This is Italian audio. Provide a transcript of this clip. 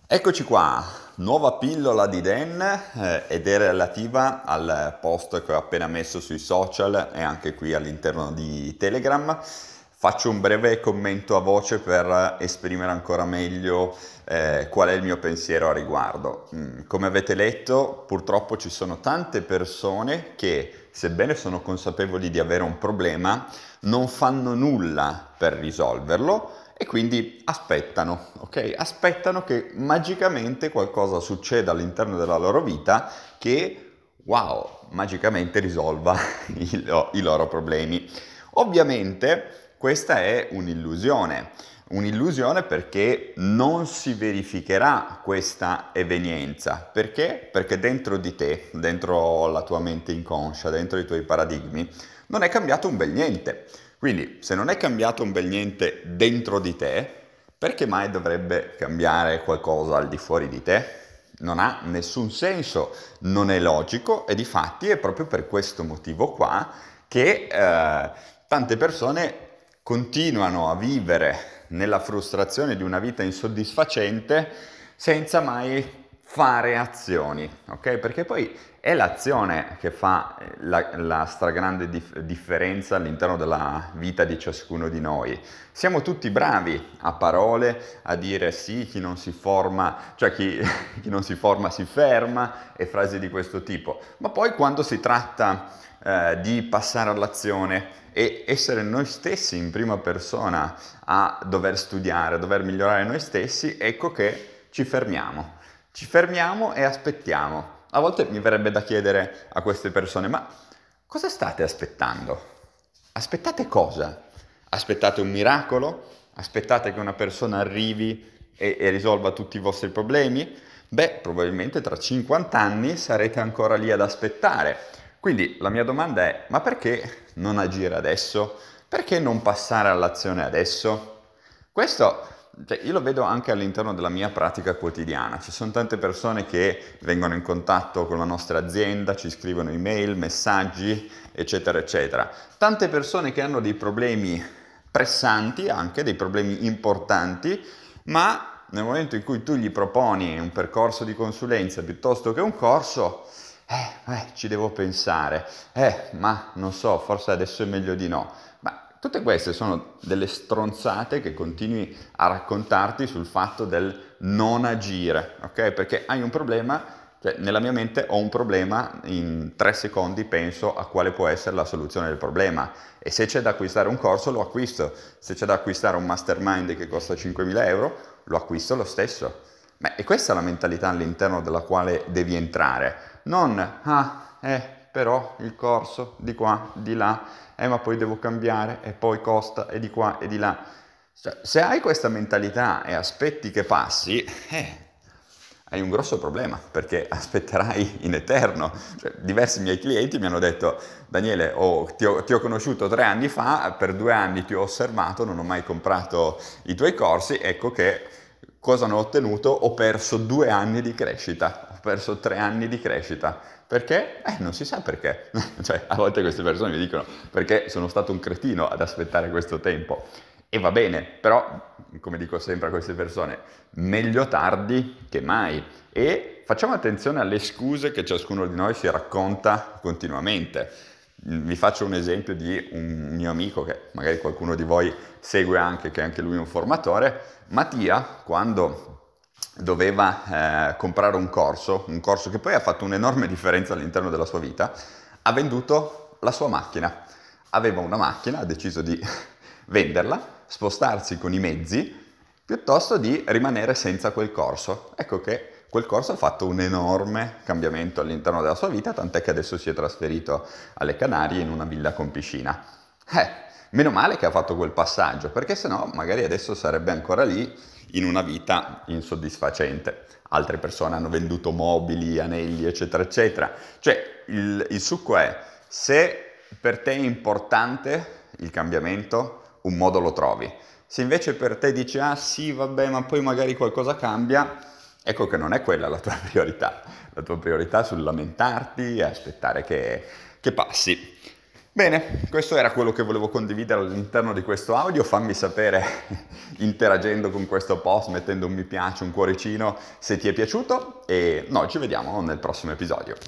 Eccoci qua, nuova pillola di Dan ed è relativa al post che ho appena messo sui social e anche qui all'interno di Telegram. Faccio un breve commento a voce per esprimere ancora meglio qual è il mio pensiero a riguardo. Come avete letto, purtroppo ci sono tante persone che, sebbene sono consapevoli di avere un problema, non fanno nulla per risolverlo e quindi aspettano, ok? Aspettano che magicamente qualcosa succeda all'interno della loro vita che, wow, magicamente risolva i loro problemi. Ovviamente questa è un'illusione perché non si verificherà questa evenienza. Perché? Perché dentro di te, dentro la tua mente inconscia, dentro i tuoi paradigmi, non è cambiato un bel niente. Quindi, se non è cambiato un bel niente dentro di te, perché mai dovrebbe cambiare qualcosa al di fuori di te? Non ha nessun senso, non è logico e difatti è proprio per questo motivo qua che tante persone continuano a vivere nella frustrazione di una vita insoddisfacente senza mai fare azioni, ok? Perché poi è l'azione che fa la stragrande differenza all'interno della vita di ciascuno di noi. Siamo tutti bravi a parole a dire sì, chi non si forma, cioè chi non si forma si ferma e frasi di questo tipo, ma poi quando si tratta di passare all'azione e essere noi stessi in prima persona a dover studiare, a dover migliorare noi stessi, ecco che ci fermiamo. Ci fermiamo e aspettiamo. A volte mi verrebbe da chiedere a queste persone, ma cosa state aspettando? Aspettate cosa? Aspettate un miracolo? Aspettate che una persona arrivi e risolva tutti i vostri problemi? Beh, probabilmente tra 50 anni sarete ancora lì ad aspettare. Quindi la mia domanda è, ma perché non agire adesso? Perché non passare all'azione adesso? Questo, cioè, io lo vedo anche all'interno della mia pratica quotidiana. Ci sono tante persone che vengono in contatto con la nostra azienda, ci scrivono email, messaggi, eccetera, eccetera. Tante persone che hanno dei problemi pressanti, anche dei problemi importanti, ma nel momento in cui tu gli proponi un percorso di consulenza piuttosto che un corso, ci devo pensare, ma non so, forse adesso è meglio di no. Ma tutte queste sono delle stronzate che continui a raccontarti sul fatto del non agire, ok? Perché hai un problema, cioè nella mia mente ho un problema, in 3 secondi penso a quale può essere la soluzione del problema e se c'è da acquistare un corso lo acquisto, se c'è da acquistare un mastermind che costa 5.000 euro lo acquisto lo stesso. Beh, e questa è la mentalità all'interno della quale devi entrare, non, però il corso di qua, di là, ma poi devo cambiare e poi costa e di qua e di là. Cioè, se hai questa mentalità e aspetti che passi, hai un grosso problema perché aspetterai in eterno. Cioè, diversi miei clienti mi hanno detto: Daniele, ti ho conosciuto 3 anni fa, per 2 anni ti ho osservato, non ho mai comprato i tuoi corsi, ecco che cosa ne ho ottenuto? Ho perso 2 anni di crescita, ho perso 3 anni di crescita. Perché? Non si sa perché. Cioè, a volte queste persone mi dicono perché sono stato un cretino ad aspettare questo tempo. E va bene, però, come dico sempre a queste persone, meglio tardi che mai. E facciamo attenzione alle scuse che ciascuno di noi si racconta continuamente. Vi faccio un esempio di un mio amico che magari qualcuno di voi segue anche, che è anche lui un formatore. Mattia, quando doveva comprare un corso che poi ha fatto un'enorme differenza all'interno della sua vita, ha venduto la sua macchina. Aveva una macchina, ha deciso di venderla, spostarsi con i mezzi, piuttosto di rimanere senza quel corso. Ecco che quel corso ha fatto un enorme cambiamento all'interno della sua vita, tant'è che adesso si è trasferito alle Canarie in una villa con piscina. Meno male che ha fatto quel passaggio, perché sennò magari adesso sarebbe ancora lì in una vita insoddisfacente. Altre persone hanno venduto mobili, anelli, eccetera, eccetera. Cioè, il succo è, se per te è importante il cambiamento, un modo lo trovi. Se invece per te dici, ah sì, vabbè, ma poi magari qualcosa cambia, ecco che non è quella la tua priorità. La tua priorità è sul lamentarti e aspettare che passi. Bene, questo era quello che volevo condividere all'interno di questo audio. Fammi sapere interagendo con questo post, mettendo un mi piace, un cuoricino se ti è piaciuto e noi ci vediamo nel prossimo episodio.